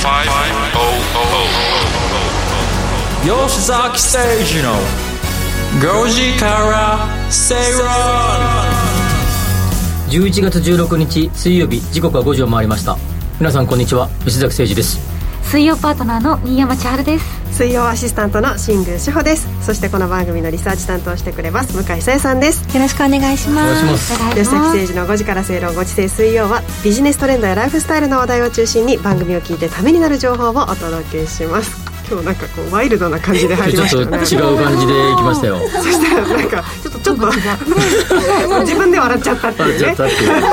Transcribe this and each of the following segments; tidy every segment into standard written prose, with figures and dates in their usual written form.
吉崎誠二の5時から正論。 11月16日水曜日、時刻は5時を回りました。皆さんこんにちは、吉崎誠二です。 水曜パートナーの新山千春です。 水曜アシスタントの新宮志保です。そしてこの番組のリサーチ担当してくれます向井沙耶さんです。 よろしくお願いします。 吉崎誠二の5時から正論。ご時世水曜はビジネストレンドやライフスタイルの話題を中心に番組を聞いてためになる情報をお届けします。今日なんかこうワイルドな感じで入りましたね。 ちょっと違う感じでいきましたよ。 そしたらなんかちょっと自分で笑っちゃったっていうね。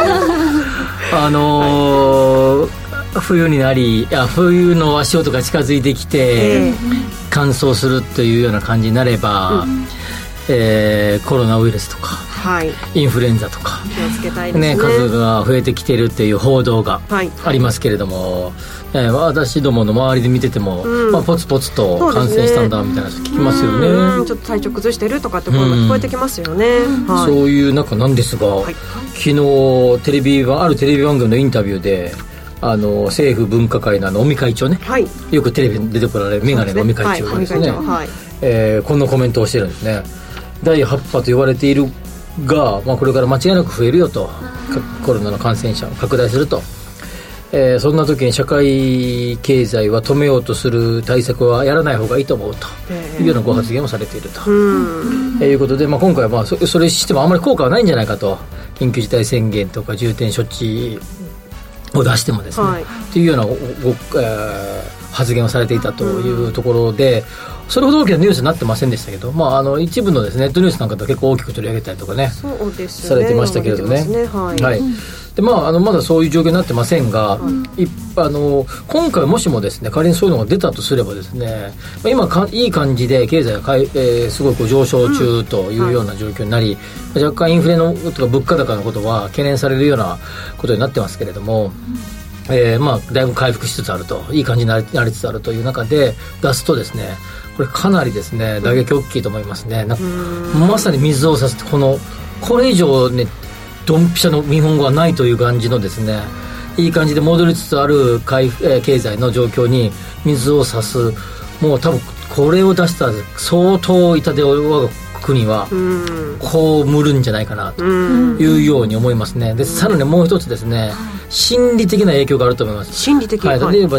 冬になり、冬の足音が近づいてきて、乾燥するというような感じになれば、コロナウイルスとか、インフルエンザとか気をつけたいですね。 数が増えてきているという報道がありますけれども、私どもの周りで見てても、ポツポツと感染したんだみたいな話聞きますよね。 ちょっと体調崩してるとかって声も聞こえてきますよね。 そういう中なんですが、昨日あるテレビ番組のインタビューで政府分科会の尾身会長ね、よくテレビに出てこられるメガネの尾身会長がですね、こんなコメントをしてるんですね。第8波と言われているが、これから間違いなく増えるよと、コロナの感染者が拡大すると、そんな時に社会経済は止めようとする対策はやらない方がいいと思うというようなご発言をされていると、いうことで、今回はそれしてもあまり効果はないんじゃないかと、緊急事態宣言とか重点措置を出してもですね、というような発言をされていたというところで、それほど大きなニュースになってませんでしたけど、一部のですね、ネットニュースなんかと結構大きく取り上げたりとかね、されてましたけれどね。でまだそういう状況になってませんが、今回もしもですね、仮にそういうのが出たとすればですね、今いい感じで経済がすごい上昇中というような状況になり、若干インフレのとか物価高のことは懸念されるようなことになってますけれども、だいぶ回復しつつあると、いい感じになりつつあるという中で出すとですね、これかなりですね、打撃大きいと思いますね。まさに水を差す、これ以上ね、ドンピシャの日本語はないという感じのですね、いい感じで戻りつつある経済の状況に水を差す。もう多分これを出したら相当痛手を我が国はこうむるんじゃないかなというように思いますね。でさらにもう一つですね、心理的な影響があると思います。 心理的、 例えば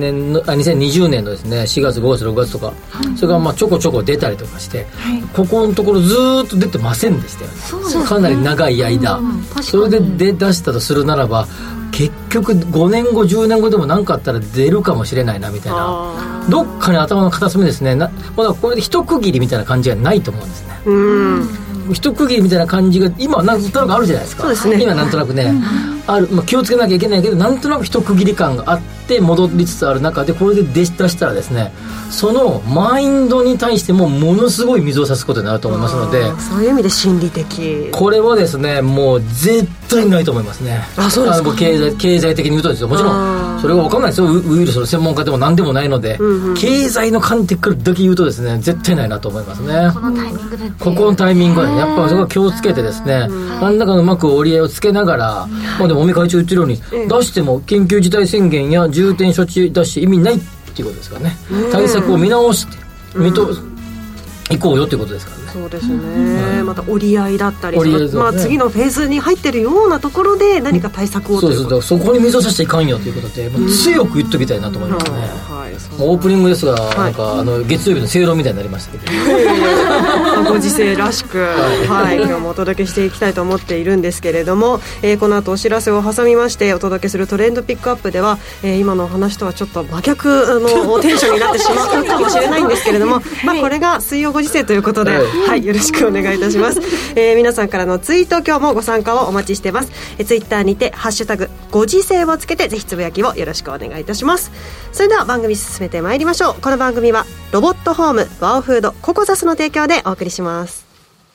2020年のですね、4月5月6月とか、それがちょこちょこ出たりとかして、ここのところずっと出てませんでしたよね。かなり長い間、それで出したとするならば、結局5年後10年後でも何かあったら出るかもしれないなみたいな、どっかに頭の片隅ですね、まだこれで一区切りみたいな感じがないと思うんですね。一区切りみたいな感じが今なんとなくあるじゃないですか。そうですね、今なんとなくね、ある、気をつけなきゃいけないけど、なんとなく一区切り感があって戻りつつある中で、これで出したらですね、そのマインドに対してもものすごい水を差すことになると思いますので、 そういう意味で心理的、 これはですね、もう絶対ないと思いますね。 そうですか。 経済的に言うとですよ、もちろんそれは分かんないですよ、ウイルスの専門家でも何でもないので、経済の観点からだけ言うとですね、絶対ないなと思いますね。 このタイミングで、 ここのタイミングでやっぱりそこは気をつけてですね、何らかのうまく折り合いをつけながら、でも尾身会長言ってるように、出しても緊急事態宣言や重点措置出して意味ないっていうことですからね。対策を見直していこうよっていうことですからね。 そうですね、また折り合いだったり、次のフェーズに入ってるようなところで何か対策をということ、 そこに水を差しちゃいかんよということで、強く言っときたいなと思いますね。オープニングですが、なんか月曜日の正論みたいになりましたけど、 ご時世らしく、今日もお届けしていきたいと思っているんですけれども、この後お知らせを挟みましてお届けするトレンドピックアップでは、今のお話とはちょっと真逆のテンションになってしまうかもしれないんですけれども、これが水曜ご時世ということで、よろしくお願いいたします。皆さんからのツイート、今日もご参加をお待ちしています。ツイッターにてハッシュタグご時世をつけてぜひつぶやきをよろしくお願いいたします。それでは番組進めてまいりましょう。この番組はロボットホームワオフードココザスの提供でお送りします。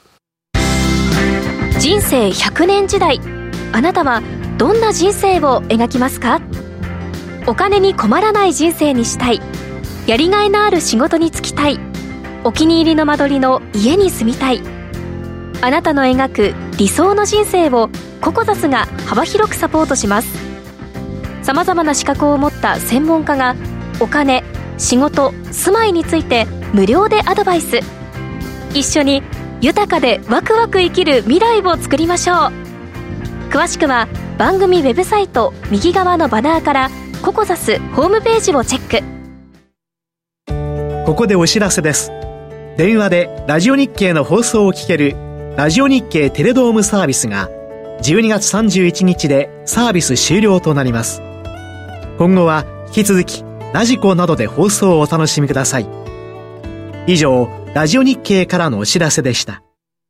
人生100年時代、あなたはどんな人生を描きますか？お金に困らない人生にしたい、やりがいのある仕事に就きたい、お気に入りの間取りの家に住みたい。あなたの描く理想の人生をココザスが幅広くサポートします。 さまざまな資格を持った専門家がお金、仕事、住まいについて無料でアドバイス。一緒に豊かでワクワク生きる未来を作りましょう。詳しくは番組ウェブサイト右側のバナーからココザスホームページをチェック。 ここでお知らせです。電話でラジオ日経の放送を聞けるラジオ日経テレドームサービスが12月31日でサービス終了となります。今後は引き続きラジコなどで放送をお楽しみください。以上、ラジオ日経からのお知らせでした。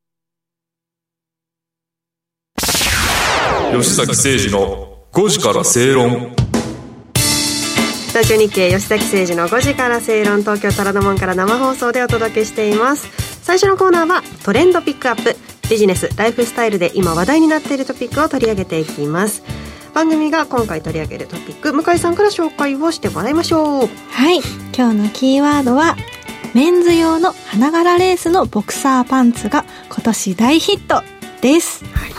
吉崎誠二の5時から正論。 ラジオ日経吉崎誠二の5時から正論、東京虎ノ門から生放送でお届けしています。最初のコーナーはトレンドピックアップ。ビジネス、ライフスタイルで今話題になっているトピックを取り上げていきます。番組が今回取り上げるトピック、向井さんから紹介をしてもらいましょう。 はい、今日のキーワードはメンズ用の花柄レースのボクサーパンツが今年大ヒットです。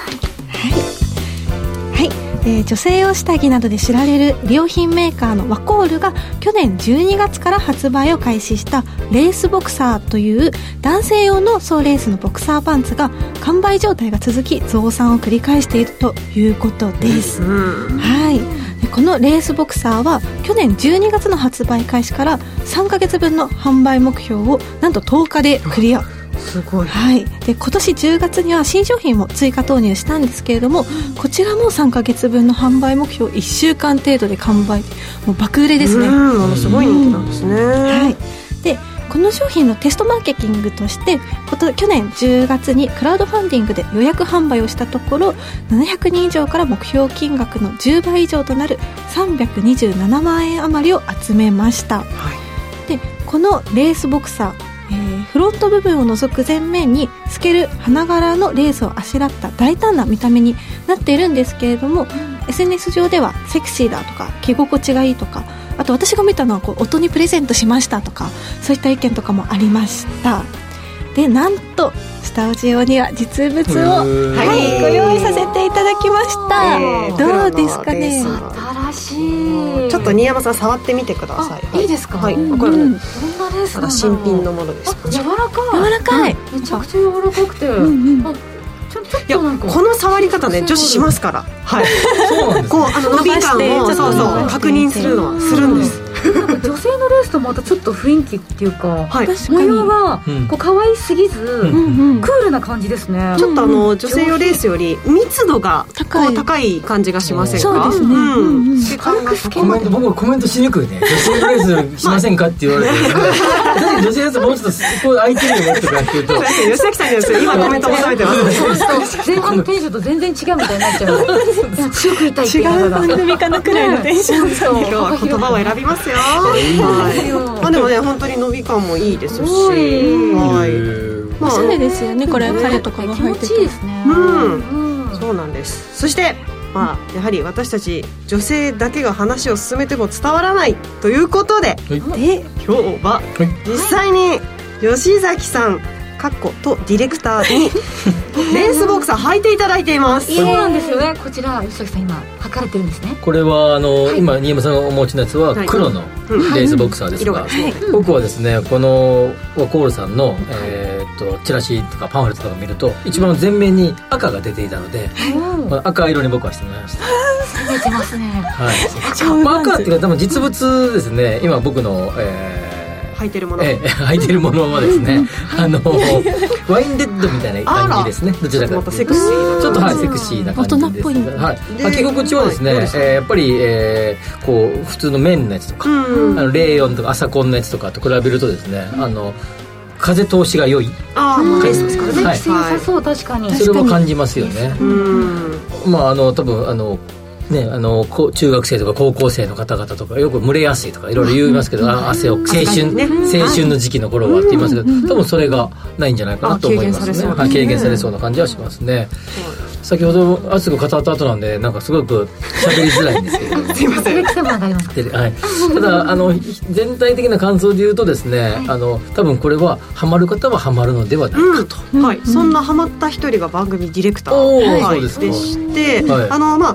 女性用下着などで知られる衣料品メーカーのワコールが去年12月から発売を開始したレースボクサーという男性用の総レースのボクサーパンツが完売状態が続き増産を繰り返しているということです。でこのレースボクサーは去年12月の発売開始から3ヶ月分の販売目標をなんと10日でクリア。 すごい。 で今年10月には新商品も追加投入したんですけれども、こちらも3ヶ月分の販売目標1週間程度で完売。もう爆売れですね。 すごい人気なんですね。 でこの商品のテストマーケティングとして去年10月にクラウドファンディングで予約販売をしたところ700人以上から目標金額の10倍以上となる327万円余りを集めました。でこのレースボクサー、フロント部分を除く前面に透ける花柄のレースをあしらった大胆な見た目になっているんですけれども、SNS 上ではセクシーだとか着心地がいいとか、あと私が見たのは夫にプレゼントしましたとか、そういった意見とかもありました。でなんとスタジオには実物を、ご用意させていただきました。どうですかね。 新しい。 ちょっと新山さん触ってみてください。 いいですか。 これ、 どんなレースなんだろう。 新品のものです。 柔らかい。めちゃくちゃ柔らかくて、 いやこの触り方ね女子しますから。こう伸び感を確認するのはするんです。 なんか女性のレースとまたちょっと雰囲気っていうか、模様がこう可愛すぎず、クールな感じですね。 ちょっと女性用レースより密度が高い感じがしませんか。 そうですね。 僕コメントしにくいね。女性のレースしませんかって言われて、女性のやつもうちょっとそこ空いてるよねとかって言うと、 吉崎さんですよ今コメント求めてます。 前半のテンションと全然違うみたいになっちゃう。強く言いたいっていう違う番組かなくらいのテンション。 今日は言葉を選びますよ。でもね本当に伸び感もいいですし、 おしゃれですよね。これ彼とかが履いてて気持ちいいですね。 そうなんです。そしてやはり私たち女性だけが話を進めても伝わらないということで、今日は実際に吉崎さんとディレクターにレースボクサー履いていただいています。 そうなんですよね。こちら吉崎さん今履かれてるんですね。 これは今新山さんがお持ちのやつは黒のレースボクサーですが、僕はですねこのワコールさんのチラシとかパンフレットとか見ると一番前面に赤が出ていたので、赤色に僕はしてもらいました。 攻めてますね。 赤っていうか多分実物ですね。今僕の履いてるもの履いてるものはですねワインレッドみたいな感じですね。どちらかというとセクシーちょっとセクシーな感じです。 大人っぽい。 履き心地はですねやっぱりこう普通の綿のやつとかレーヨンとか朝コンのやつとかと比べるとですね風通しが良い。 レースですからね。 良さそう。確かにそれも感じますよね。多分中学生とか高校生の方々とかよく蒸れやすいとかいろいろ言いますけど、汗を青春の時期の頃はって言いますけど、多分それがないんじゃないかなと思いますね。軽減されそうな感じはしますね。先ほど熱く語った後なんでなんかすごく喋りづらいんですけどすいません。 ただ全体的な感想で言うとですね、多分これはハマる方はハマるのではないかと。 そんなハマった一人が番組ディレクターでして、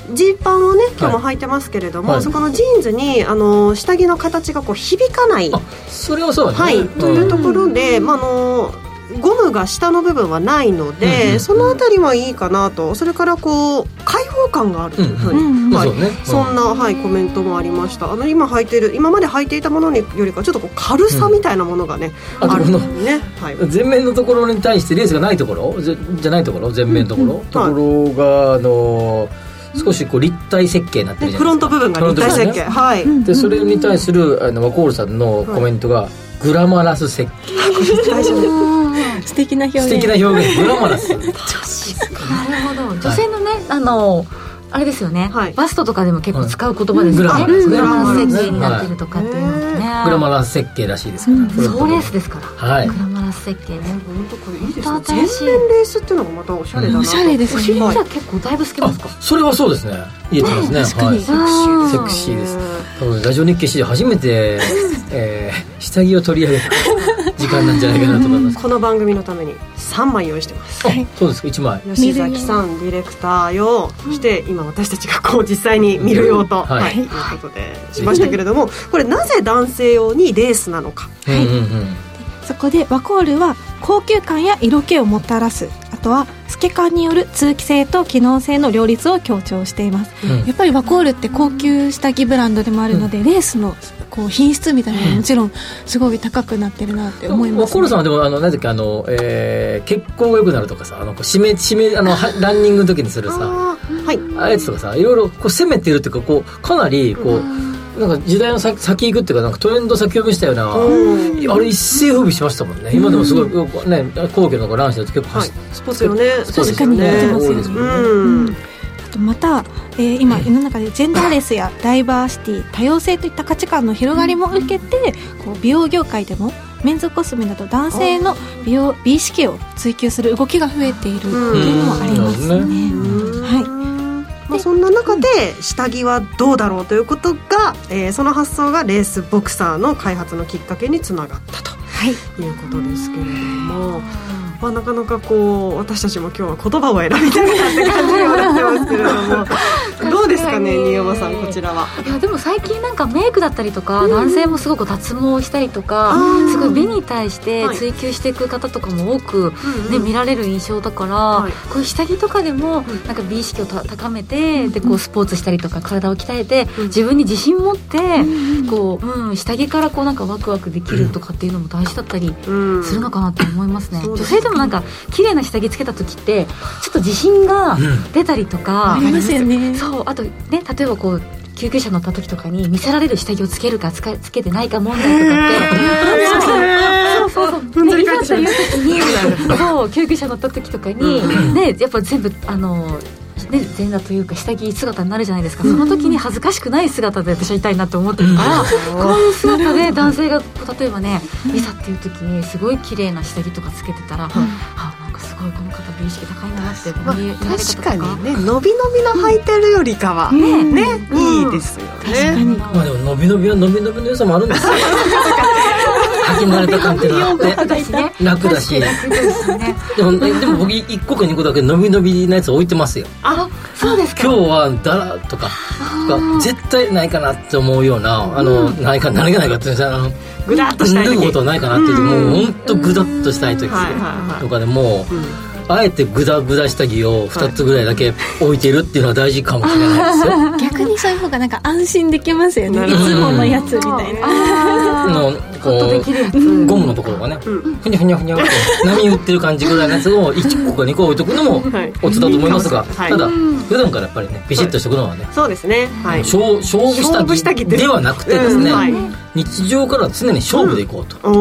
ジーパンをね今日も履いてますけれども、はい、そこのジーンズに下着の形がこう響かない、 それはそうだね、 はい、というところで、ゴムが下の部分はないので、そのあたりはいいかなと。それからこう開放感があるというふうに、そんな、コメントもありました。今まで履いていたものよりかちょっとこう軽さみたいなものがね、あるのにね、 前面のところに対してレースがないところじゃないところ、前面のところが少しこう立体設計になってるじゃないですか。 フロント部分が立体設計、はい、 でそれに対するワコールさんのコメントが、グラマラス設計素敵な表現グラマラスなるほど。女性のねあれですよね、バストとかでも結構使う言葉ですよね、グラマラス設計になってるとかっていうのってね、 グラマラス設計らしいですから、 そうレースですから、グラマラス設計ね、 本当これいいですね。全面レースっていうのがまたおしゃれだな、 おしゃれですね。 お尻じゃ結構だいぶ好きですか？ それはそうですね、言えてますね、 確かに、 セクシーです。ラジオ日経史上初めて、下着を取り上げた時間なんじゃないかなと思います。 この番組のために3枚用意してます。 そうですか、1枚。 吉崎さんディレクター用して今私たちがこう実際に見る用と、いうことでしましたけれども、これなぜ男性用にレースなのか、 そこでワコールは高級感や色気をもたらす、あとは透け感による通気性と機能性の両立を強調しています、やっぱりワコールって高級下着ブランドでもあるので、レースのこう品質みたいなのももちろんすごい高くなってるなって思います、ね、 ワコールさんはでも何だっけ、血行が良くなるとかさ、締めランニングの時にするさ、ああやつとかさ、いろいろこう攻めてるっていうか、こうかなりこう、なんか時代の先行くっていうか、なんかトレンド先読みしたような、あれ一世風靡しましたもんね。今でもすごいね、皇居のランしてると結構スポーツよね。 確かにやってますよね。あとまた、今世の中でジェンダーレスやダイバーシティ、多様性といった価値観の広がりも受けて、こう美容業界でもメンズコスメなど男性の美意識を追求する動きが増えているっていうのもありますね。 そんな中で下着はどうだろうということが、その発想がレースボクサーの開発のきっかけにつながったと、いうことですけれども、なかなかこう私たちも今日は言葉を選びたいなって感じになってますけれどもどうですかね、新山さん、こちらは。 いやでも最近なんかメイクだったりとか、男性もすごく脱毛したりとか、すごい美に対して追求していく方とかも多く、見られる印象だから、こういう下着とかでもなんか美意識を高めて、でこうスポーツしたりとか体を鍛えて、自分に自信持って、こう下着からこうなんかワクワクできるとかっていうのも大事だったりするのかなって思いますね。女性でもなんか綺麗な下着つけた時ってちょっと自信が出たりとか、 ありますよね。 そう、あとね、例えばこう救急車乗った時とかに見せられる下着をつけるかつけてないか問題とかってそういざという時にそう救急車乗った時とかに、ね、やっぱ全部前座というか下着姿になるじゃないですか。その時に恥ずかしくない姿で私はいたいなと思ってるから、こういう姿で男性が例えばね、いざっていう時にすごい綺麗な下着とかつけてたら、なんかすごいこの方美意識高いなって確かにね、伸び伸びの履いてるよりかは、いいですよね。 でも伸び伸びは伸び伸びの良さもあるんですよ履き慣れた感っていうのは楽だしね、楽だし、でも僕1個か2個だけ伸び伸びなやつ置いてますよ。 そうですか。 今日はだらとか絶対ないかなって思うような、何がないかってグダッとしたい時、 脱ぐことないかなっていう時、もう本当グダッとしたい時とかでも、あえてグダグダ下着を2つぐらいだけ置いてるっていうのは大事かもしれないですよ。 逆にそういう方がなんか安心できますよね。いつものやつみたいな。 こうゴムのところがね、ふにゃふにゃふにゃって波打ってる感じぐらいのやつを1個か2個置いとくのもオツだと思いますが、ただ普段からやっぱりねビシッとしておくのはね、 そうですね、 勝負下着ではなくてですね、日常から常に勝負でいこうと。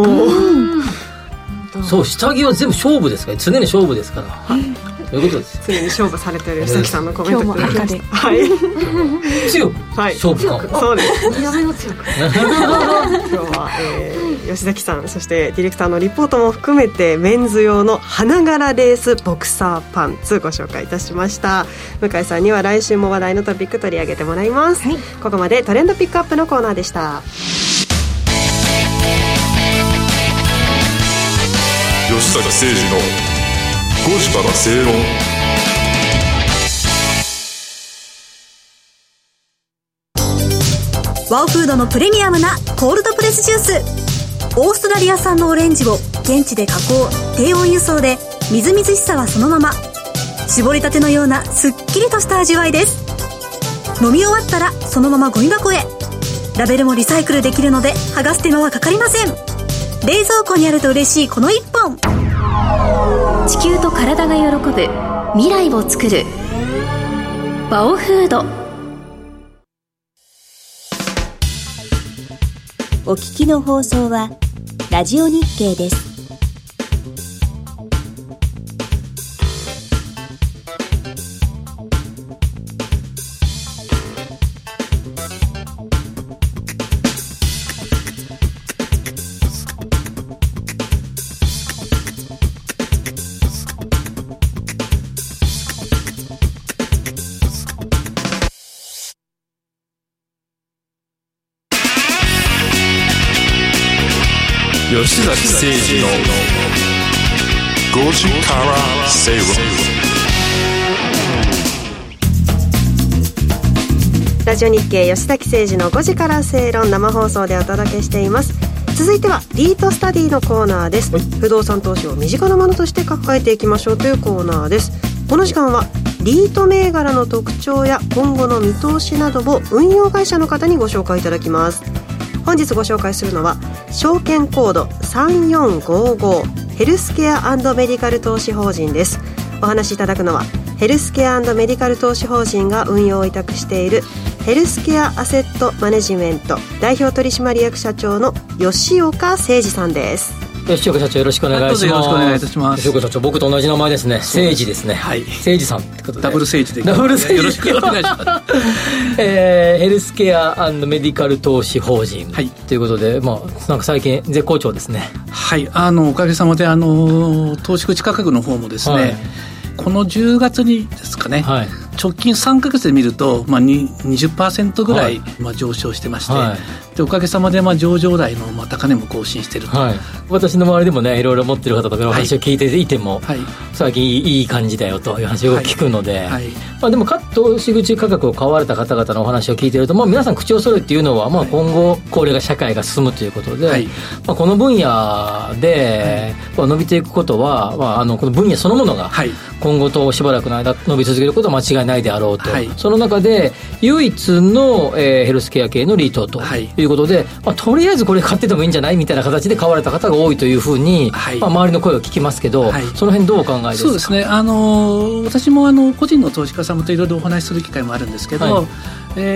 そう、下着は全部勝負ですから、常に勝負ですから、そういうことです。 常に勝負されてる吉崎さんのコメントいただきました。 強く勝負か、 そうです。2度目の強く今日は、吉崎さん、そしてディレクターのリポートも含めてメンズ用の花柄レースボクサーパンツご紹介いたしました。向井さんには来週も話題のトピック取り上げてもらいます、ここまでトレンドピックアップのコーナーでした。 吉坂誠二の5時から正論。 ワオフードのプレミアムなコールドプレスジュース。オーストラリア産のオレンジを現地で加工、低温輸送でみずみずしさはそのまま。絞りたてのようなすっきりとした味わいです。飲み終わったらそのままゴミ箱へ。ラベルもリサイクルできるので剥がす手間はかかりません。冷蔵庫にあると嬉しいこの1本。 地球と体が喜ぶ未来を作るワオフード。 お聞きの放送はラジオ日経です。 吉崎誠二の5時から正論。 ラジオ日経吉崎誠二の5時から正論、生放送でお届けしています。続いてはリートスタディのコーナーです。不動産投資を身近なものとして抱えていきましょうというコーナーです。この時間はリート銘柄の特徴や今後の見通しなどを運用会社の方にご紹介いただきます。本日ご紹介するのは証券コード3455ヘルスケア&メディカル投資法人です。お話しいただくのはヘルスケア&メディカル投資法人が運用を委託しているヘルスケアアセットマネジメント代表取締役社長の吉岡誠二さんです。 吉岡社長、よろしくお願いします。 よろしくお願いいたします。 吉岡社長、僕と同じ名前ですね。誠二ですね。 はい。 誠二さんってことで。 ダブル誠二で。 ダブル誠二。 よろしくお願いします。 ヘルスケア&メディカル投資法人。はい。ということで、まあ、なんか最近絶好調ですね。 はい。おかげさまで、投資口価格の方もですね、はい、この10月にですかね、はい、直近3ヶ月で見ると、20% ぐらい、上昇してまして、はい、でおかげさまで上場来の高値も更新していると、 はい、私の周りでもねいろいろ持ってる方とかの話を聞いていても、はい、最近いい感じだよという話を聞くので、はいはい、でも投資口価格を買われた方々のお話を聞いていると、皆さん口を揃えっていうのは、今後高齢化社会が進むということで、はい、この分野で、伸びていくことは、この分野そのものが今後としばらくの間伸び続けることは間違いないであろうと、はい、その中で唯一の、ヘルスケア系のリートということで、とりあえずこれ買っててもいいんじゃないみたいな形で買われた方が多いというふうに、はい、周りの声を聞きますけど、はい、その辺どうお考えですか？ そうですね、私も個人の投資家様といろいろお話しする機会もあるんですけど、はい、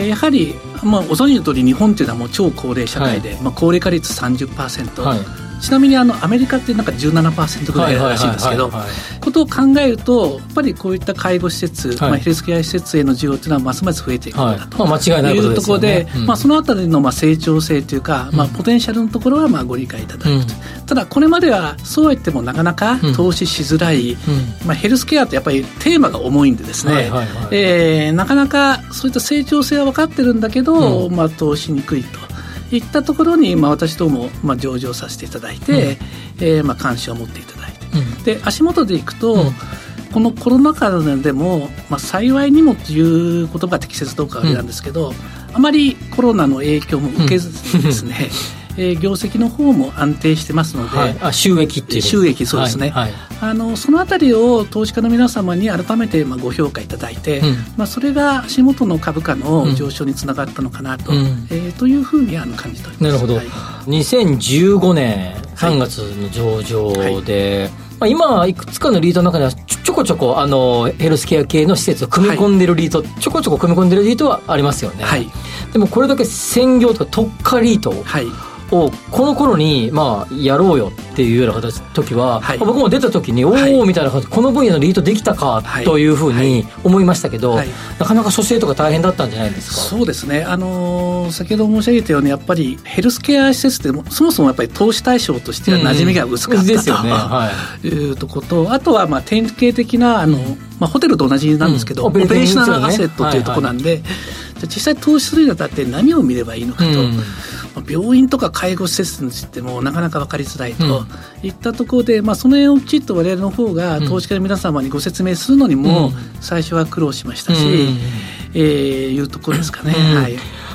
やはり、ご存知の通り日本というのはもう超高齢社会で、はい、高齢化率 30%、はい、ちなみにアメリカってなんか 17% ぐらいらしいんですけど、ことを考えるとやっぱりこういった介護施設、はい、ヘルスケア施設への需要というのはますます増えていくんだと、 間違いないことですよね。 いうところで、そのあたりの成長性というか、ポテンシャルのところはご理解いただくと、ただこれまではそうは言ってもなかなか投資しづらい、ヘルスケアってやっぱりテーマが重いんでですね、なかなかそういった成長性は分かってるんだけど、投資にくいといったところに、私ども上場させていただいて、関心を持っていただいて、で足元でいくと、このコロナ禍でも、幸いにもという言葉が適切どうかはあれなんですけど、あまりコロナの影響も受けずにですね業績の方も安定してますので、 はい、収益っていう収益、そうですね、はいはい、そのあたりを投資家の皆様に改めてご評価いただいて、それが足元の株価の上昇につながったのかなと、というふうに感じております。 なるほど、はい、2015年3月の上場で、今いくつかのリートの中にはちょこちょこヘルスケア系の施設を組み込んでるリート、ちょこちょこ組み込んでるリートはありますよね、はい、でもこれだけ専業とか特化リートをこの頃にやろうよっていうような時は、僕も出た時におおみたいな感じでこの分野のリートできたかというふうに思いましたけど、なかなか蘇生とか大変だったんじゃないですか？ そうですね、先ほど申し上げたようにやっぱりヘルスケア施設ってそもそもやっぱり投資対象としては馴染みが薄かったですよね、 いうところと、あとは典型的なホテルと同じなんですけど、オペレーショナルアセットというところなんで、実際投資するにあたって何を見ればいいのかと、病院とか介護施設についてもなかなか分かりづらいといったところで、その辺をきちっと我々の方が投資家の皆様にご説明するのにも最初は苦労しましたし、いうところですかね、はい。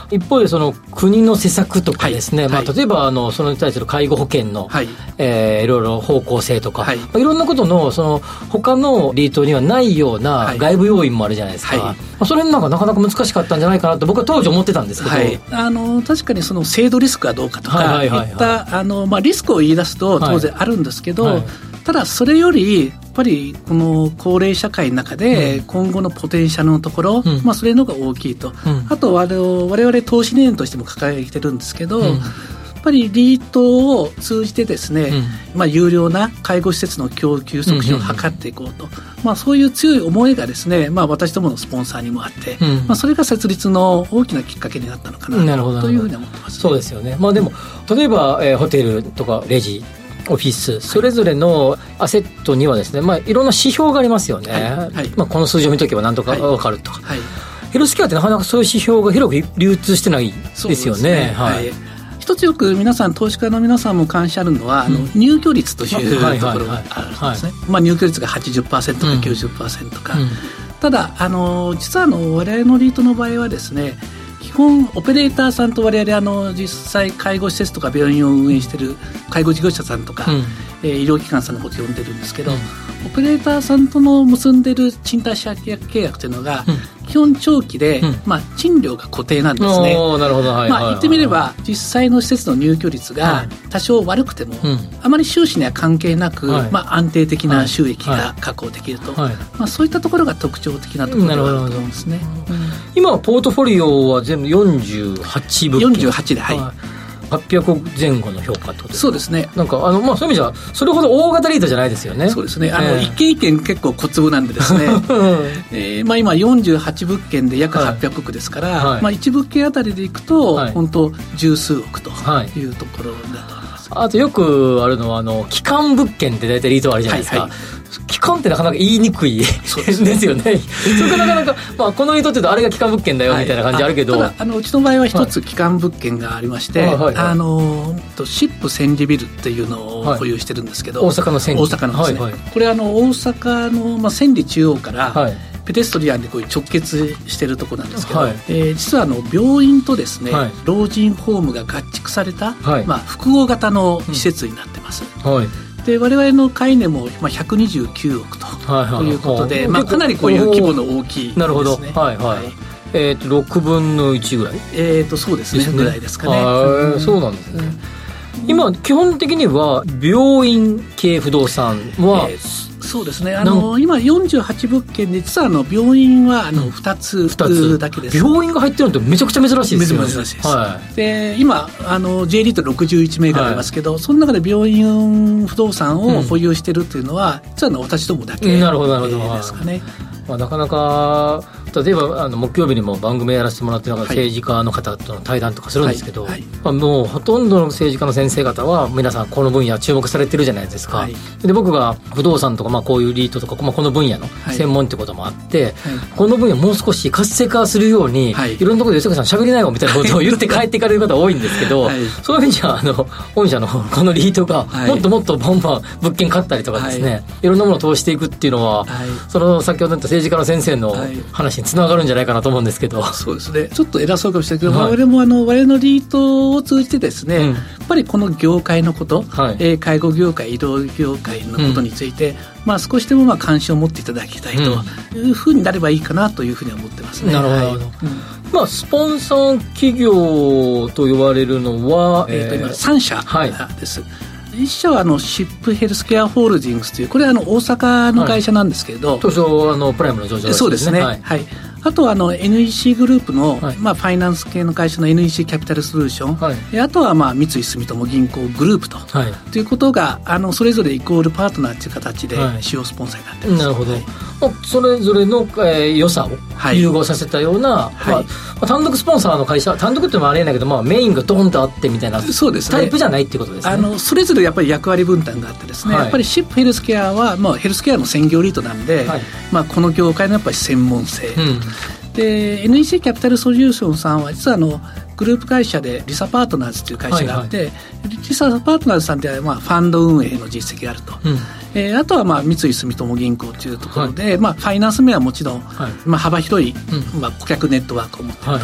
一方でその国の施策とかですね、例えばそれに対する介護保険の、いろいろ方向性とか、いろんなことのその他のリートにはないような外部要因もあるじゃないですか、それなんかなかなか難しかったんじゃないかなと僕は当時思ってたんですけど、 確かにその制度リスクがどうかとかいったリスクを言い出すと当然あるんですけど、ただそれよりやっぱりこの高齢社会の中で今後のポテンシャルのところ、それの方が大きいと、あと我々投資理念としても掲げてるんですけど、やっぱりリートを通じてですね、有料な介護施設の供給促進を図っていこうと、そういう強い思いがですね、私どものスポンサーにもあって、それが設立の大きなきっかけになったのかなというふうに思ってます、 そうですよね。でも例えば、ホテルとかレジオフィスそれぞれのアセットにはですね、いろんな指標がありますよね、この数字を見とけばなんとか分かるとか、ヘルスケアってなかなかそういう指標が広く流通してないですよね。 一つよく皆さん投資家の皆さんも関心あるのは、入居率というところがあるんですね。入居率が 80% か 90% か、ただ実は我々のリートの場合はですね、基本オペレーターさんと我々実際介護施設とか病院を運営している介護事業者さんとか、医療機関さんのことを呼んでるんですけど、オペレーターさんとの結んでる賃貸借契約というのが、基本長期で、賃料が固定なんですね。 なるほど、 言ってみれば実際の施設の入居率が多少悪くても、あまり収支には関係なく、安定的な収益が確保できると、そういったところが特徴的なところだと思うんですね。 今はポートフォリオは全部48物件 48で、 800億前後の評価ってことですか。 そうですね。 なんかそういう意味じゃそれほど大型リートじゃないですよね。 そうですね。一件一件結構小粒なんでですね、今48物件で約800億ですから、1物件あたりでいくと、本当十数億というところだと思います。 あとよくあるのは基幹物件って大体リートあるじゃないですか。基幹ってなかなか言いにくいですよね。それがなかなか、このリートって言うとあれが基幹物件だよみたいな感じあるけど、 ただうちの場合は一つ基幹物件がありまして、シップ千里ビルっていうのを保有してるんですけど、 大阪の千里、 大阪のですね、これ大阪の千里中央から、ペデストリアンでこう直結してるところなんですけど、実は病院とですね、老人ホームが合築された、複合型の施設になってます。で我々の買い値も129億ということで、かなりこういう規模の大きいですね。 なるほど。6分の1ぐらい、 そうですね、ぐらいですかね。 そうなんですね。今基本的には病院系不動産は、 そうですね。今48物件で実は病院は2つだけです。 病院が入ってるのってめちゃくちゃ珍しいですよね。 珍しいです。で今J リート61銘柄ありますけど、その中で病院不動産を保有してるっていうのは、実は私どもだけですかね。 なかなか例えば木曜日にも番組やらせてもらって政治家の方との対談とかするんですけど、もうほとんどの政治家の先生方は皆さんこの分野注目されてるじゃないですか。で僕が不動産とかこういうリートとか、この分野の専門ってこともあって、この分野もう少し活性化するように、いろんなところで吉川さん喋りないよみたいなことを言って帰っていかれる方多いんですけど、そういう意味じゃ本社のこのリートがもっともっとバンバン物件買ったりとかですね、いろんなものを投資していくっていうのは、その先ほど言った政治家の先生の話につながるんじゃないかなと思うんですけど。 そうですね。ちょっと偉そうかもしれないけど、我々も我々のリートを通じてですね、やっぱりこの業界のこと、介護業界、医療業界のことについて、少しでも関心を持っていただきたいというふうになればいいかなというふうに思ってますね。 なるほど。スポンサー企業と言われるのは、 今3社です。1社はシップヘルスケアホールディングスという、これは大阪の会社なんですけれど、 東証プライムの上場ですね。 そうですね。あとはNEC グループの、ファイナンス系の会社の NEC キャピタルソリューション、あとは三井住友銀行グループと、ということがそれぞれイコールパートナーという形で主要スポンサーになっています。 なるほど。それぞれの良さを融合させたような、単独スポンサーの会社、単独っていうのもありえないけど、メインがドーンとあってみたいなタイプじゃないっていうことですね。 それぞれやっぱり役割分担があってですね、やっぱりシップヘルスケアは、ヘルスケアの専業リートなんで、この業界のやっぱり専門性、で NEC キャピタルソリューションさんは実はグループ会社でリサパートナーズという会社があって、リサパートナーズさんではファンド運営の実績があると、あとは三井住友銀行というところで、ファイナンス面はもちろん、幅広い、顧客ネットワークを持っていると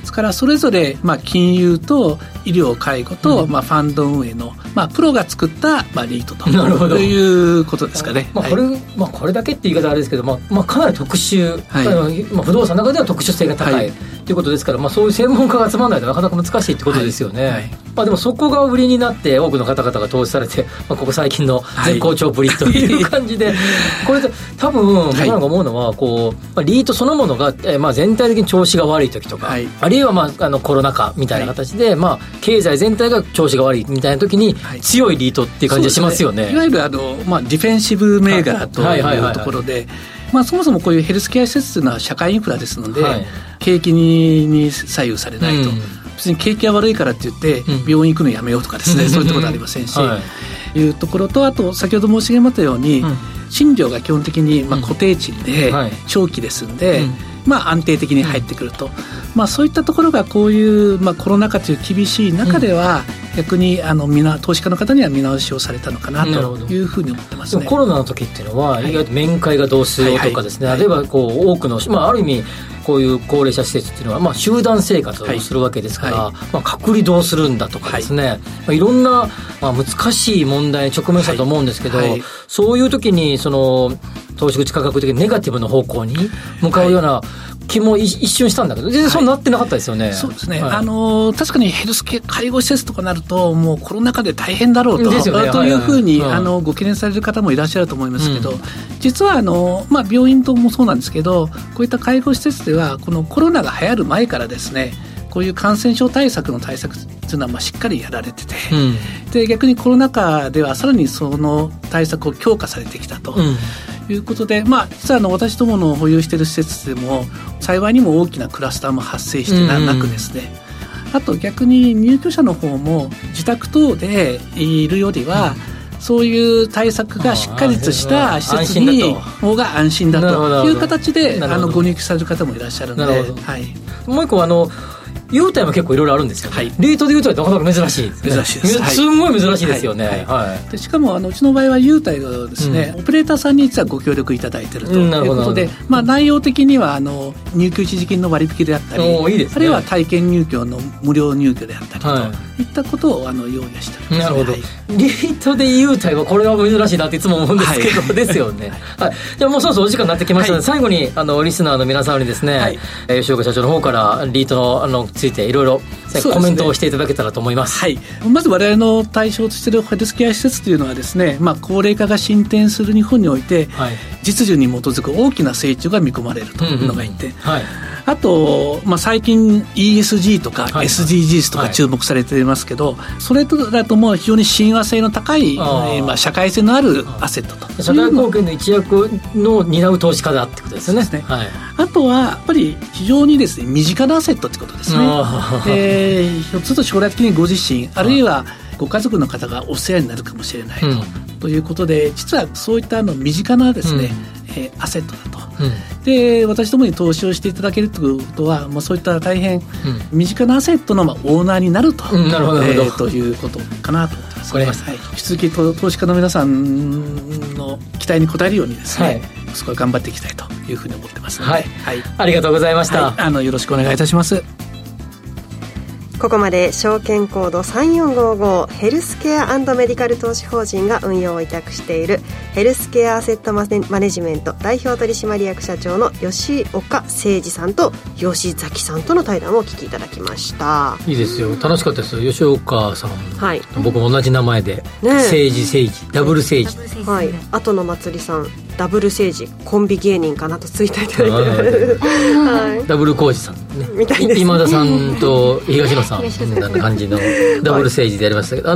ですからそれぞれ金融と医療介護とファンド運営のプロが作ったリートということですかね。 これだけって言い方あれですけど、かなり特殊、不動産の中では特殊性が高い、ということですから、そういう専門家が集まらないとなかなか難しいってことですよね。でもそこが売りになって多くの方々が投資されて、ここ最近の絶好調ぶりという感じで、これで多分僕なんか思うのはリートそのものが、全体的に調子が悪い時とか、あるいはコロナ禍みたいな形で、経済全体が調子が悪いみたいな時に強いリートっていう感じがしますよね。 いわゆるディフェンシブ銘柄というところで、そもそもこういうヘルスケア施設というのは社会インフラですので、景気に左右されないと、別に景気が悪いからって言って病院行くのやめようとかですね、そういうところはありませんし、いうところと、あと先ほど申し上げましたように、賃料が基本的に固定賃で長期ですんで、安定的に入ってくると、そういったところがこういう、コロナ禍という厳しい中では、逆に投資家の方には見直しをされたのかなというふうに思ってますね。 コロナの時っていうのは、意外と面会がどうしようとかですね、例えば多くの、ある意味こういう高齢者施設っていうのは、集団生活をするわけですから、隔離どうするんだとかですね、いろんな、難しい問題に直面したと思うんですけど、そういう時に投資口価格的にネガティブな方向に向かうような気も一瞬したんだけど、全然そうなってなかったですよね。 そうですね、確かにヘルスケア介護施設とかなるともうコロナ禍で大変だろうと、というふうにご懸念される方もいらっしゃると思いますけど、実は病院ともそうなんですけど、こういった介護施設ではこのコロナが流行る前からですね、こういう感染症対策の対策というのはしっかりやられてて、で逆にコロナ禍ではさらにその対策を強化されてきたと、いうことで、実は私どもの保有している施設でも幸いにも大きなクラスターも発生してなくですね、あと逆に入居者の方も自宅等でいるよりは、そういう対策がしっかりとした施設に方が安心だという形でご入居される方もいらっしゃるので、 もう一個優待も結構いろいろあるんですよ、リートで優待ってなかなか珍しいです、すごい珍しいですよね。 でしかもうちの場合は優待がですね、オペレーターさんに実はご協力いただいているということで、内容的には入居一時金の割引であったり、あるいは体験入居の無料入居であったりといったことを用意しております。 なるほど、リートで優待はこれは珍しいなっていつも思うんですけど、ですよね。じゃあもうそろそろお時間になってきましたので、最後にリスナーの皆さんにですね、吉岡社長の方からリートのついていろいろコメントをしていただけたらと思います。 まず我々の対象としているヘルスケア施設というのはですね、高齢化が進展する日本において、実需に基づく大きな成長が見込まれるというのがいて、あと、最近 ESG とか SDGs とか注目されていますけど、それだともう非常に親和性の高い、社会性のあるアセットと、 社会貢献の一役の担う投資家だってことですよね。 あとはやっぱり非常にですね、身近なアセットってことですね。ひょっとすると将来的にご自身、あるいはご家族の方がお世話になるかもしれないということで、実はそういった身近なですね、アセットだと、で私どもに投資をしていただけるということは、そういった大変身近なアセットのオーナーになると、ということかなと思ってます。引き続き投資家の皆さんの期待に応えるようにですね、そこは頑張っていきたいというふうに思ってますので、 ありがとうございました。 よろしくお願いいたします。 ここまで証券コード3455ヘルスケア&メディカル投資法人が運用を委託しているヘルスケアアセットマネジメント代表取締役社長の吉岡誠二さんと吉崎さんとの対談をお聞きいただきました。 いいですよ、楽しかったですよ。吉岡さん、僕も同じ名前で、誠二ダブル誠二、 後のまつりさんダブル政治コンビ芸人かなとツイッターいただいてるダブル浩二さん、 みたいです、 今田さんと東野さんみたいな感じのダブル政治でやりましたけど、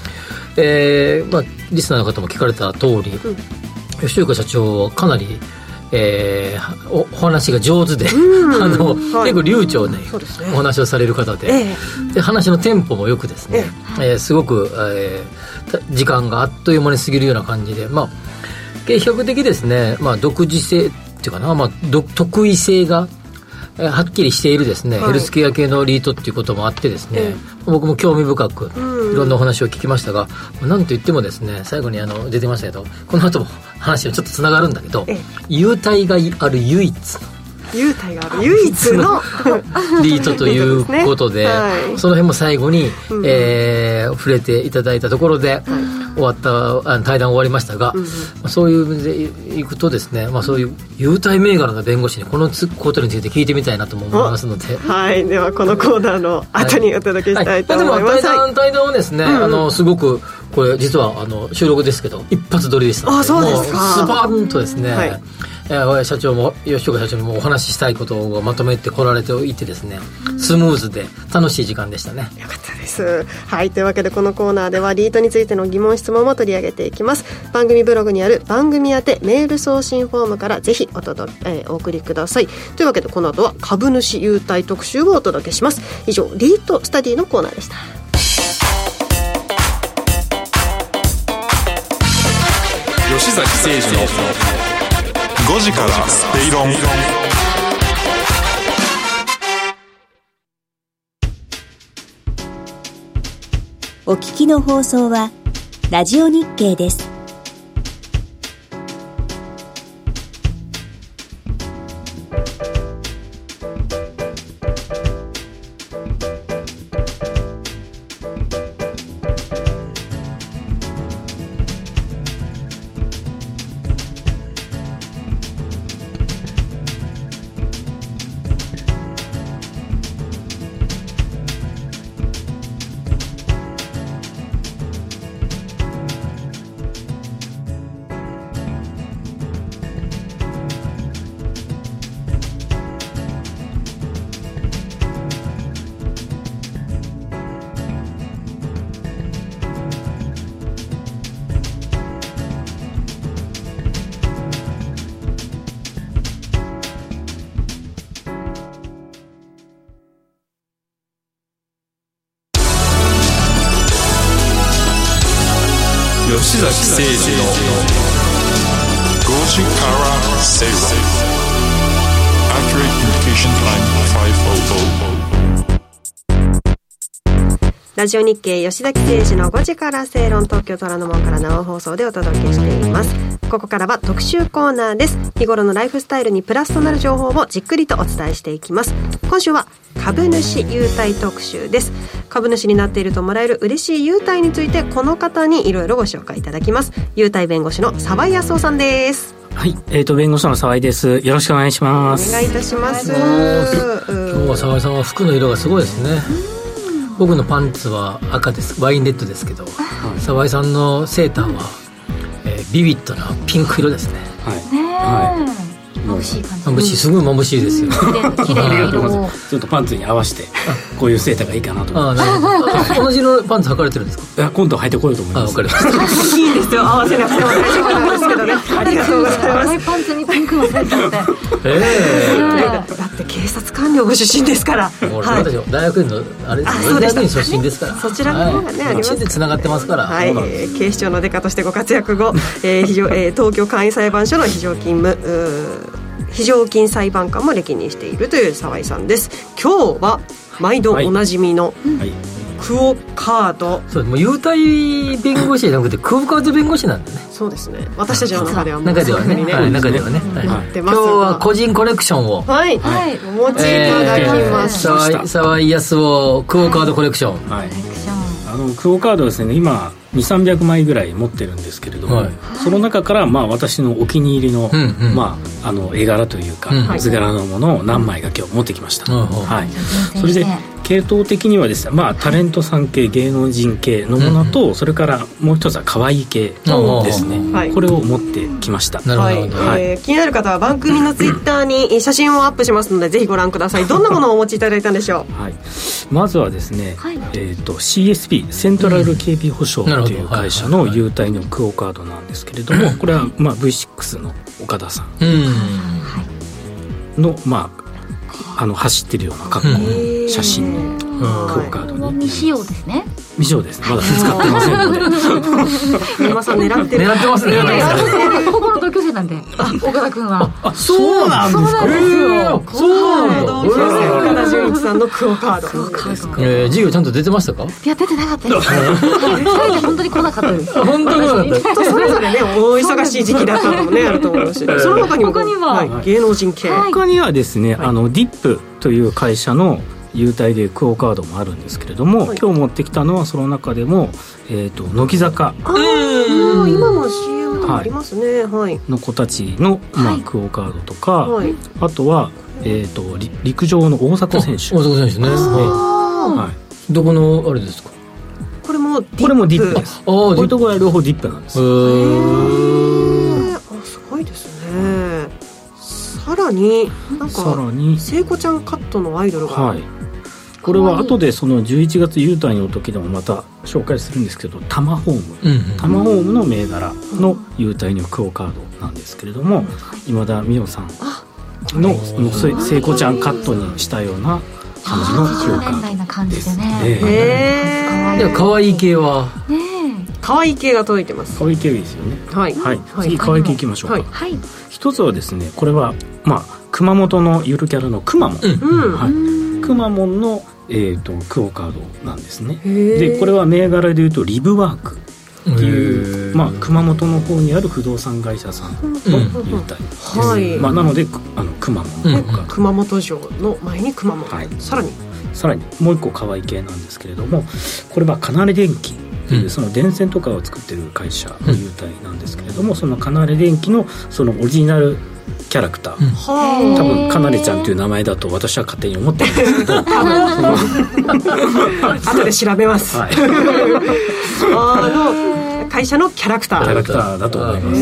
リスナーの方も聞かれた通り、吉岡社長はかなり、お話が上手で、結構流暢にお話をされる方で、で話のテンポもよくですね、すごく、時間があっという間に過ぎるような感じで、比較的ですね、独自性っていうかな、得意性がはっきりしているですね、ヘルスケア系のリートっていうこともあってですね、僕も興味深くいろんなお話を聞きましたが、なんと言ってもですね、最後に出てましたけど、この後も話はちょっとつながるんだけど、優待がある唯一優待がある唯一のリートということで、はい、その辺も最後に、触れていただいたところで、終わった対談終わりましたが、そういう意味でいくとですね、そういう優待銘柄の弁護士にこのことについて聞いてみたいなとも思いますので、 はい、ではこのコーナーの後にお届けしたいと思います。 でも対談をですね、すごくこれ実は収録ですけど一発撮りでしたので、 そうですか、 もうスパーンとですね、社長も吉岡社長にもお話ししたいことをまとめてこられていてですね、スムーズで楽しい時間でしたね。 よかったです。はい、というわけでこのコーナーではリートについての疑問質問も取り上げていきます。番組ブログにある番組宛てメール送信フォームからぜひお送りください。というわけでこの後は株主優待特集をお届けします。以上、リートスタディのコーナーでした。 吉崎誠二の5時からスペイロン。 お聞きの放送はラジオ日経です。 吉崎誠二の5時から正論。 Accurate Communication Time 500。 ラジオ日経吉崎誠二の5時から正論、東京虎ノ門から生放送でお届けしています。ここからは特集コーナーです。日頃のライフスタイルにプラスとなる情報をじっくりとお伝えしていきます。今週は株主優待特集です。株主になっているともらえる嬉しい優待についてこの方にいろいろご紹介いただきます。優待弁護士の澤井康夫さんです。 はい、弁護士の澤井です。よろしくお願いします。 お願いいたします。 今日は澤井さんは服の色がすごいですね。僕のパンツは赤です、ワインレッドですけど、澤井さんのセーターは、ビビッドなピンク色ですね。 眩しい感じ。 眩しい、すごい眩しいですよ。 綺麗な色をちょっとパンツに合わせてこういうセーターがいいかなと思って。 同じ色のパンツ履かれてるんですか？ いや、今度履いてこようと思います。 わかりました。 いいですよ、合わせなくても大丈夫なんですけどね。ありがとうございます。 パンツにピンクのセーターってだって警察官僚ご出身ですから。 私大学院のあれです、大学院出身ですから。 そちらの方がね、あります。 でつながってますから。 はい、警視庁のデカとしてご活躍後、東京簡易裁判所の非常勤裁判官も歴任しているという澤井さんです。今日は毎度おなじみのクオカード、 そう、もう優待弁護士じゃなくてクオカード弁護士なんだね。 そうですね、私たちの中ではもうそういうふうにね、中ではね、今日は個人コレクションをお持ちいただきました。 澤井康夫クオカードコレクション。 クオカードはですね、今200、300枚ぐらい持ってるんですけれども、その中から私のお気に入りの、絵柄というか、図柄のものを何枚か今日持ってきました。それで系統的にはですね、タレントさん系、芸能人系のものと、それからもう一つは可愛い系ですね、これを持ってきました。 気になる方は番組のツイッターに写真をアップしますのでぜひご覧ください。どんなものをお持ちいただいたんでしょう？まずはですね、CSP セントラル警備保障という会社の優待のクオカードなんですけれども、これはV6 の岡田さんの走ってるような格好の写真のクオカードに未使用ですね。 未使用です。まだ使ってませんので三馬さん狙ってますね。 ここの同級生なんで、岡田君は。 そうなんですか。 そうなんだ。岡田准一さんのクオカード。 授業ちゃんと出てましたか？ いや、出てなかったです。2人で本当に来なかったです。 本当に来なかった。 それぞれね、大忙しい時期だったのもね、あると思いますし、その他にも芸能人系。 他にはですね、ディップという会社の優待でクオカードもあるんですけれども、今日持ってきたのはその中でも、乃木坂、 今の CM もありますね、 の子たちの、クオカードとか、あとは、陸上の大迫選手。 大迫選手ね。どこのあれですか？ これもディップです。こういうところは両方ディップなんです。 すごいですね。さらになんか聖子ちゃんカットのアイドルが、 これは後でその11月優待の時でもまた紹介するんですけど、タマホームの銘柄の優待のクオカードなんですけれども、今田美桜さんの聖子ちゃんカットにしたような感じのクオカードな感じでね。 可愛い系は可愛い系が届いてます。 可愛い系ですよね。次可愛い系いきましょうか。一つはですね、これは熊本のゆるキャラのくまモン、くまモンのクオカードなんですね。でこれは銘柄でいうとリブワークっていう、熊本の方にある不動産会社さんの優待です。なのでくまモンとか、 熊本城の前にくまモン、さらにもう一個可愛い系なんですけれども、これはカナレ電機っていうその電線とかを作ってる会社の優待なんですけれども、そのカナレ電機のそのオリジナルキャラクター、多分カナレちゃんという名前だと私は勝手に思ってるんですけど後で調べます、会社のキャラクターだと思います。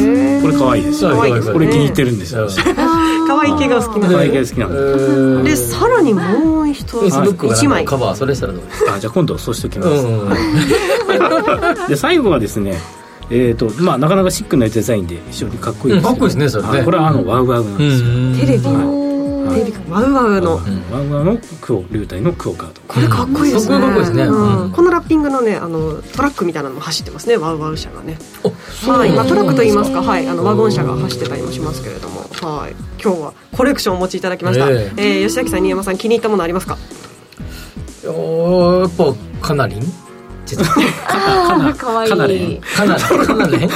これ可愛いですよ。これ気に入ってるんですよ。 可愛い系が好きなんです。 でさらにもう一つ1枚カバーそれしたらどうですか？ じゃあ今度そうしておきます。で最後はですね、なかなかシックなデザインで非常にかっこいいです。 かっこいいですね、それね。 これはワウワウなんですよ。 テレビワウワウの流体のクオカード。 これかっこいいですね。 かっこいいですね。 このラッピングのね、トラックみたいなのも走ってますね、ワウワウ車がね。トラックといいますか、ワゴン車が走ってたりもしますけれども、今日はコレクションをお持ちいただきました。吉崎さん、新山さん、気に入ったものありますか？ やっぱカナリンかわいい。 カナリンかなり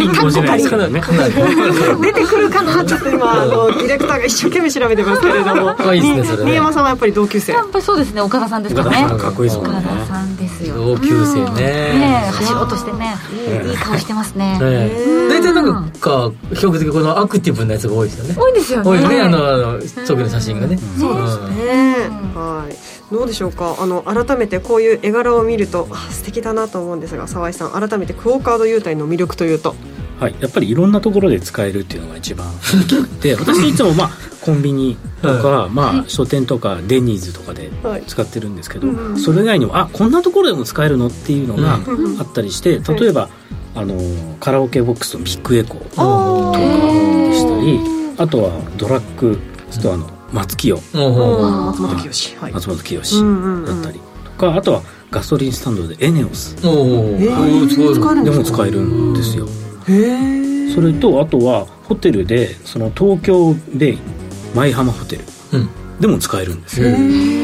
出てくるかな。ちょっと今ディレクターが一生懸命調べてますけれども、新山さんはやっぱり同級生。 やっぱりそうですね、岡田さんですかね。 かっこいいですね。 岡田さんですよ。 同級生ね。 走ろうとしてね、いい顔してますね。 大体なんか比較的このアクティブなやつが多いですよね。 多いですよね。 多いね、長期の写真がね。 そうですね。どうでしょうか。改めてこういう絵柄を見ると素敵だなと思うんですが、沢井さん、改めてクオカード優待の魅力というと？ やっぱりいろんなところで使えるっていうのが一番大きくて、私いつもコンビニとか、書店とかデニーズとかで使ってるんですけど、それ以外にもこんなところでも使えるのっていうのがあったりして、例えばカラオケボックスのビッグエコーとかでしたり、あとはドラッグストアの松清松本清だったりとか、あとはガソリンスタンドでエネオスでも使えるんですよ。それとあとはホテルでその東京ベイ舞浜ホテルでも使えるんですよ。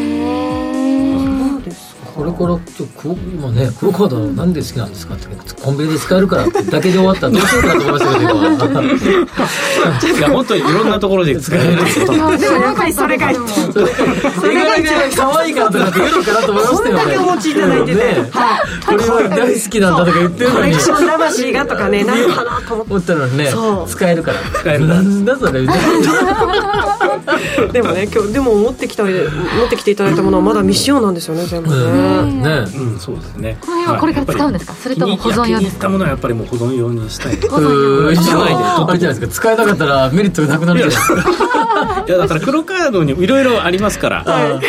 これから今ね、クオカードなんで好きなんですかって、コンビニで使えるからだけで終わったらどうしようかなと思いましたけどいや本当にいろんなところで使えるんですよ。 でもやっぱりそれが可愛いからとかって言うのかなと思いましたよね。 こんだけお持ちいただいてて、 これは大好きなんだとか言ってるのに、 コレクション魂がとかね、なるかなと思ったのにね、使えるからなんだそれでもね、今日でも持ってきていただいたものはまだ未使用なんですよね、全部ね。 そうですね。 この辺はこれから使うんですか、それとも保存用ですか？ 気に入ったものはやっぱりもう保存用にしたい。 保存用じゃないですか。使えなかったらメリットがなくなるじゃないですか。 いやだから黒カードにいろいろありますから、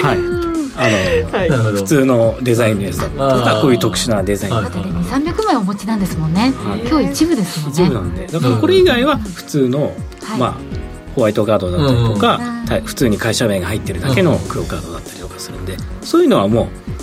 普通のデザインのやつだとか、こういう特殊なデザインだとか 300枚お持ちなんですもんね。今日一部ですもんね。 一部なんで、だからこれ以外は普通のホワイトカードだったりとか、普通に会社名が入ってるだけの黒カードだったりとかするんで、そういうのはもう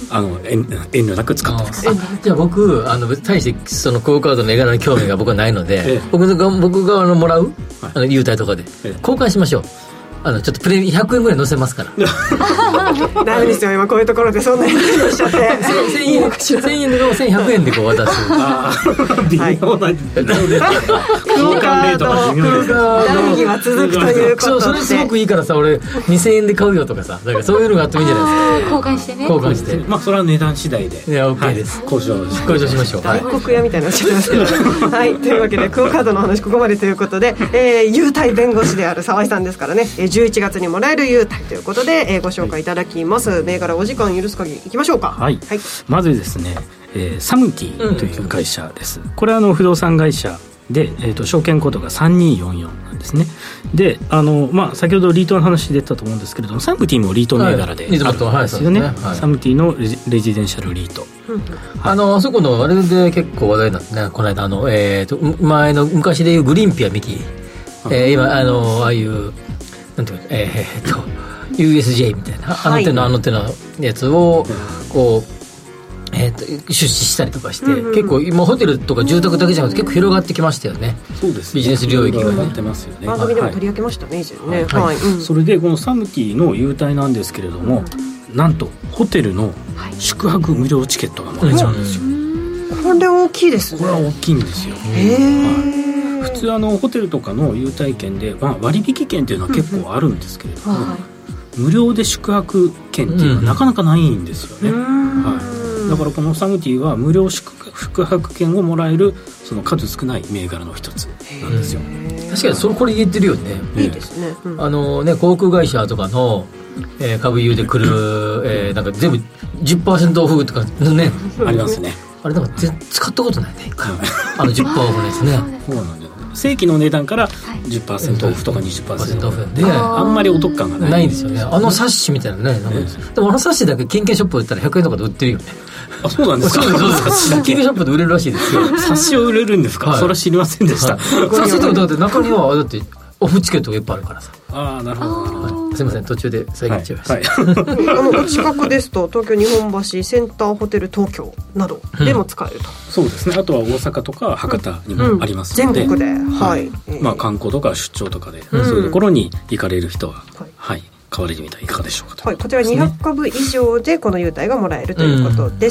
遠慮なく使ってます。 じゃあ僕大してそのクオカードの絵柄に興味が僕はないので、僕がもらう優待とかで交換しましょう。ちょっとプレミ100円ぐらい載せますからダメですよ今こういうところでそんなにしちゃって 1000円とか1100円でこう渡す微妙な交換レートが微妙です。 談義は続くということで、 それすごくいいからさ俺2000円で買うよとかさ、だからそういうのがあってもいいんじゃないですか。 交換してね。 交換して、 それは値段次第で。 いや OK です、 交渉しましょう。 大黒屋みたいになっちゃってますけどはいというわけでクオカードの話ここまでということで、優待弁護士である沢井さんですからね、11月にもらえる優待ということで、ご紹介いただきます。銘柄お時間許す限りいきましょうか。 はい、まずですね、サムティという会社です。これは不動産会社で、証券コードが3244なんですね。で先ほどリートの話出たと思うんですけれども、サムティもリート銘柄であるんですよね。サムティのレジデンシャルリート、 あそこのあれで結構話題になってね、この間前の昔でいうグリーンピアミキ、今ああいうなんていうかUSJ みたいなあの手のやつをこう出資したりとかして、結構今ホテルとか住宅だけじゃなくて結構広がってきましたよね。 そうですね、 ビジネス領域がね広がってますよね。 番組でも取り上げましたね、以前ね。 それでこのサムティの優待なんですけれども、なんとホテルの宿泊無料チケットがもらえちゃうんですよ。 これ大きいですね。 これは大きいんですよ。普通ホテルとかの優待券で、割引券っていうのは結構あるんですけれども、無料で宿泊券っていうのはなかなかないんですよね。だからこのサムティは無料宿泊券をもらえるその数少ない銘柄の一つなんですよ。 確かにこれ言えてるよね。 いいですね。 航空会社とかの株優で来る、なんか全部 10% オフとかねありますね。 あれなんか使ったことないね10% オフですね。 そうなんです。正規の値段から 10% オフとか 20% オフで、 あんまりお得感がないんですよね。冊子みたいなね。でも冊子だけ金券ショップ売ったら100円とかで売ってるよね。 あ、そうなんですか。 金券ショップで売れるらしいですよ。 冊子を売れるんですか。それは知りませんでした。 冊子とかだって中にはだってオフチケットがいっぱいあるからさ。 ああ、なるほど。 すみません、途中で遮っちゃいました。 近くですと東京日本橋センターホテル東京などでも使えると。 そうですね。あとは大阪とか博多にもありますので、 全国で、 観光とか出張とかで、そういうところに行かれる人は、買われてみたらいかがでしょうかと。 こちら200株以上でこの優待がもらえるということです。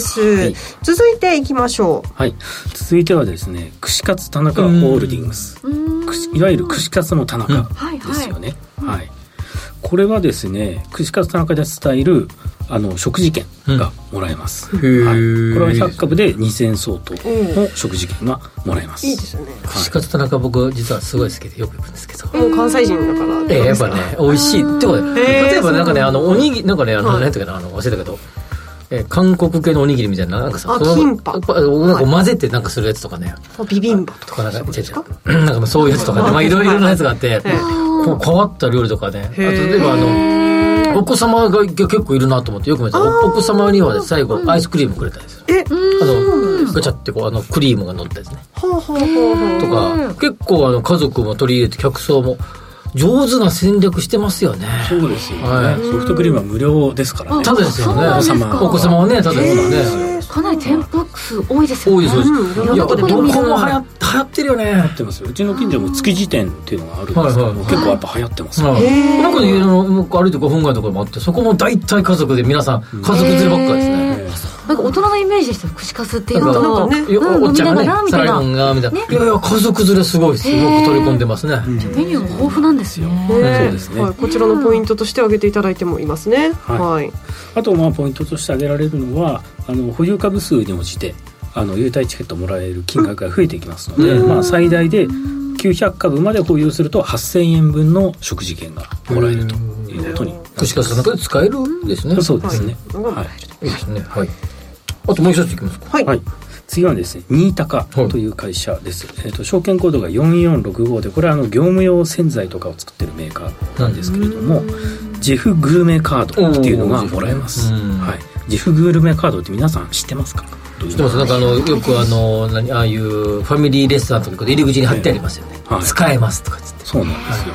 続いていきましょう。 続いてはですね、串カツ田中ホールディングス、いわゆる串カツの田中ですよね。これはですね、串カツ田中で伝える食事券がもらえます。これは100株で2000相当の食事券がもらえます。 いいですね。 串カツ田中僕実はすごい好きでよく行くんですけど、 もう関西人だからやっぱね美味しいってことで、例えばなんかねおにぎりなんかね何やったっけな忘れたけど、韓国系のおにぎりみたいななんかさ、 キンパなんか混ぜてなんかするやつとかね、 ビビンバとかなんかそういうやつとかね、いろいろなやつがあってこう変わった料理とかね、あと例えばお子様が結構いるなと思ってよく見たら、お子様には最後アイスクリームくれたんですよ。ガチャってクリームが乗ったやつねとか、結構家族も取り入れて客層も上手な戦略してますよね。 そうですよね。ソフトクリームは無料ですからね。 ただですよね。お子様はね、ただですからね。 かなり店舗数多いですよね。 多いです。いや、どこも流行ってるよね。 流行ってますよ。うちの近所も築地店っていうのがあるんですけど、結構やっぱ流行ってます。 なんか家の歩いて5分ぐらいのところもあって、そこも大体家族で皆さん家族連ればっかりですね。 なんか大人のイメージでした串カツっていうと、 おっちゃんがね、サラリーマンがみたいな。いやいや家族連れすごい取り込んでますね。 メニューも豊富なんですね。 そうですね。 こちらのポイントとして挙げていただいてもいますね。 あとポイントとして挙げられるのは保有株数に応じて優待チケットもらえる金額が増えていきますので、最大で900株まで保有すると8000円分の食事券がもらえるということに。 串カツの中で使えるんですね。 そうですね。 いいですね。あともう一ついきますか。 次はですね、新高という会社です。証券コードが4465で、これは業務用洗剤とかを作ってるメーカーなんですけれども、ジェフグルメカードっていうのがもらえます。ジェフグルメカードって皆さん知ってますか？ 知ってます。なんかよくああいうファミリーレストランとかで入り口に貼ってありますよね。使えますとかつって。 そうなんですよ。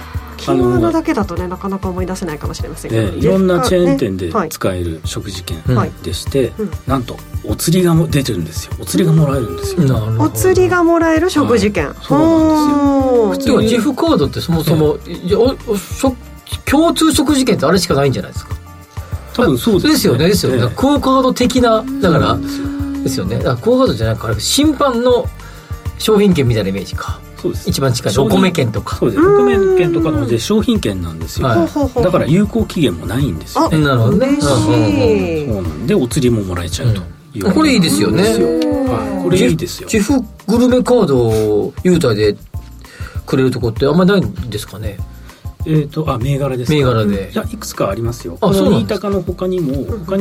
キーワードだけだとねなかなか思い出せないかもしれませんけど、 いろんなチェーン店で使える食事券でして、なんとお釣りが出てるんですよ。お釣りがもらえるんですよ。 お釣りがもらえる食事券、 そうなんですよ。 普通ジェフカードってそもそも、共通食事券ってあれしかないんじゃないですか。 多分そうですよね。 ですよね。クオカード的なだからですよね。だからクオカードじゃなくて審判の商品券みたいなイメージか。 そうです。 一番近いお米券とか。 そうです。お米券とかので商品券なんですよ。だから有効期限もないんですよね。 なるほどね。 そうなんでお釣りももらえちゃうという。 これいいですよね。 これいいですよ。 ジェフグルメカードを優待でくれるとこってあんまりないんですかね。 銘柄ですか。 銘柄で。 いや、いくつかありますよ。新高の他にも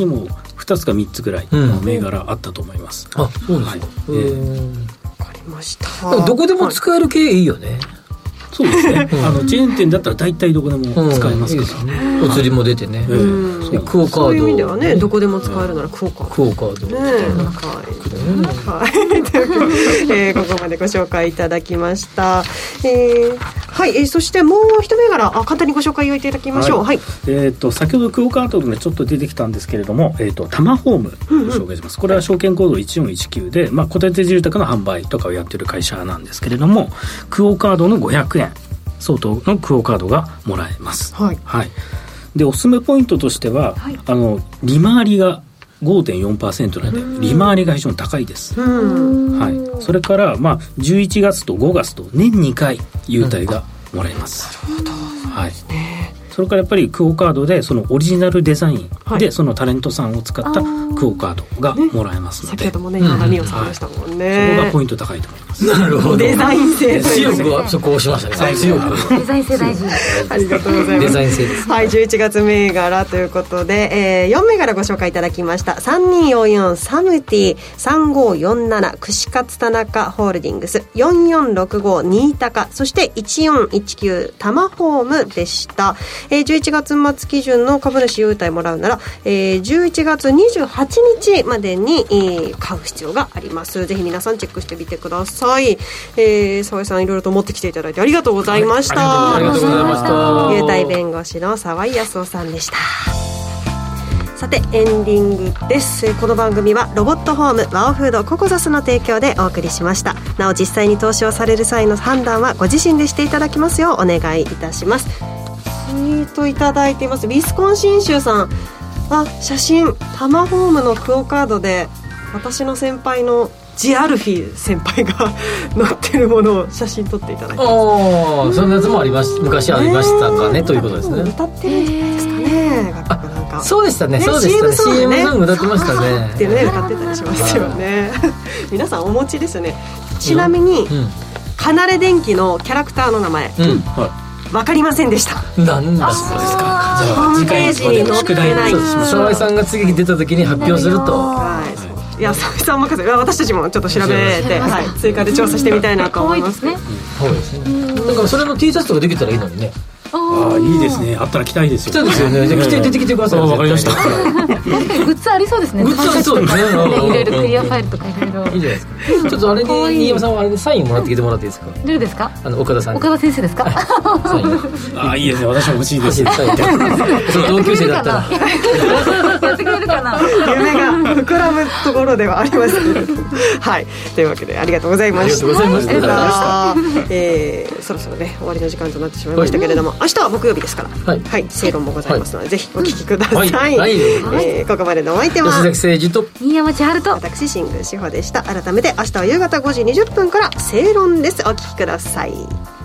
2つか3つぐらいの銘柄あったと思います。 あ、そうですか。 わかりました。 どこでも使える系いいよね。 そうですね。チェーン店だったら大体どこでも使えますから。 お釣りも出てね。クオカード。 そういう意味ではね、どこでも使えるならクオカード。 クオカード。 はい。というわけで、ここまでご紹介いただきました。はい。そしてもう一銘柄、簡単にご紹介をいただきましょう。はい。 先ほどクオカードでちょっと出てきたんですけれども、タマホームを紹介します。これは証券コード1419で、戸建て住宅の販売とかをやっている会社なんですけれども、クオカードの500円相当のクオカードがもらえます。はい。はい。で、おすすめポイントとしては、利回りが5.4% なので利回りが非常に高いです。はい。それから11月と5月と年2回優待がもらえます。なるほど。はい。それからやっぱりクオカードでそのオリジナルデザインでそのタレントさんを使ったクオカードがもらえますので、 先ほどもね今田美桜さんでしたもんね。 そこがポイント高いと思います。 なるほど。 デザイン性強くはそこを押しましたね。強くデザイン性大事。 ありがとうございます。 デザイン性です。 はい、11月銘柄ということで、4銘柄ご紹介いただきました。3244サムティ、3547串カツ田中ホールディングス、4465新高、そして1419タマホームでした。11月末基準の株主優待もらうなら、11月28日までに、買う必要があります。ぜひ皆さんチェックしてみてください。澤井さんいろいろと持ってきていただいてありがとうございました。 ありがとうございました。 優待弁護士の澤井康夫さんでした。さてエンディングです。この番組はロボットホームワオフードココザスの提供でお送りしました。なお実際に投資をされる際の判断はご自身でしていただきますようお願いいたします。ツイートいただいています。ウィスコンシン州さん、写真タマホームのクオカードで私の先輩のジアルフィ先輩が載ってるものを写真撮っていただいてます。 そんなやつも昔ありましたかね、ということですね。 歌ってるんじゃないですかね。なんかそうでしたね。そうでしたね。CM ソング歌ってましたね。 ってね歌ってたりしますよね。皆さんお持ちですね。ちなみにカナレ電機のキャラクターの名前、わかりませんでした。 なんだそうですか。 じゃあホームページに載ってない。 澤井さんが次出た時に発表すると。 いや、澤井さん任せ。私たちもちょっと調べて、追加で調査してみたいなと思います。 そうですね。だからそれの T シャツとかできたらいいのにね。 いいですね。あったら着たいですよ。 そうですよね。じゃあ出てきてください。 わかりました。 確かにグッズありそうですね。 グッズありそうですね。 いろいろクリアファイルとかいろいろ。 いいじゃないですか。ちょっとあれに新山さんはあれでサインもらってきてもらっていいですか。 どれですか。 岡田さん。 岡田先生ですか。 いいですね。私も欲しいです。 同級生だったら。 やってくれるかな。 夢が膨らむところではありますけれども。はい。というわけでありがとうございました。 ありがとうございました。そろそろね終わりの時間となってしまいましたけれども、明日は木曜日ですから、はい、正論もございますので、ぜひお聞きください。ここまでのお相手は吉崎誠二と新山千春と私新宮志保でした。改めて明日は夕方5時20分から正論です。お聞きください。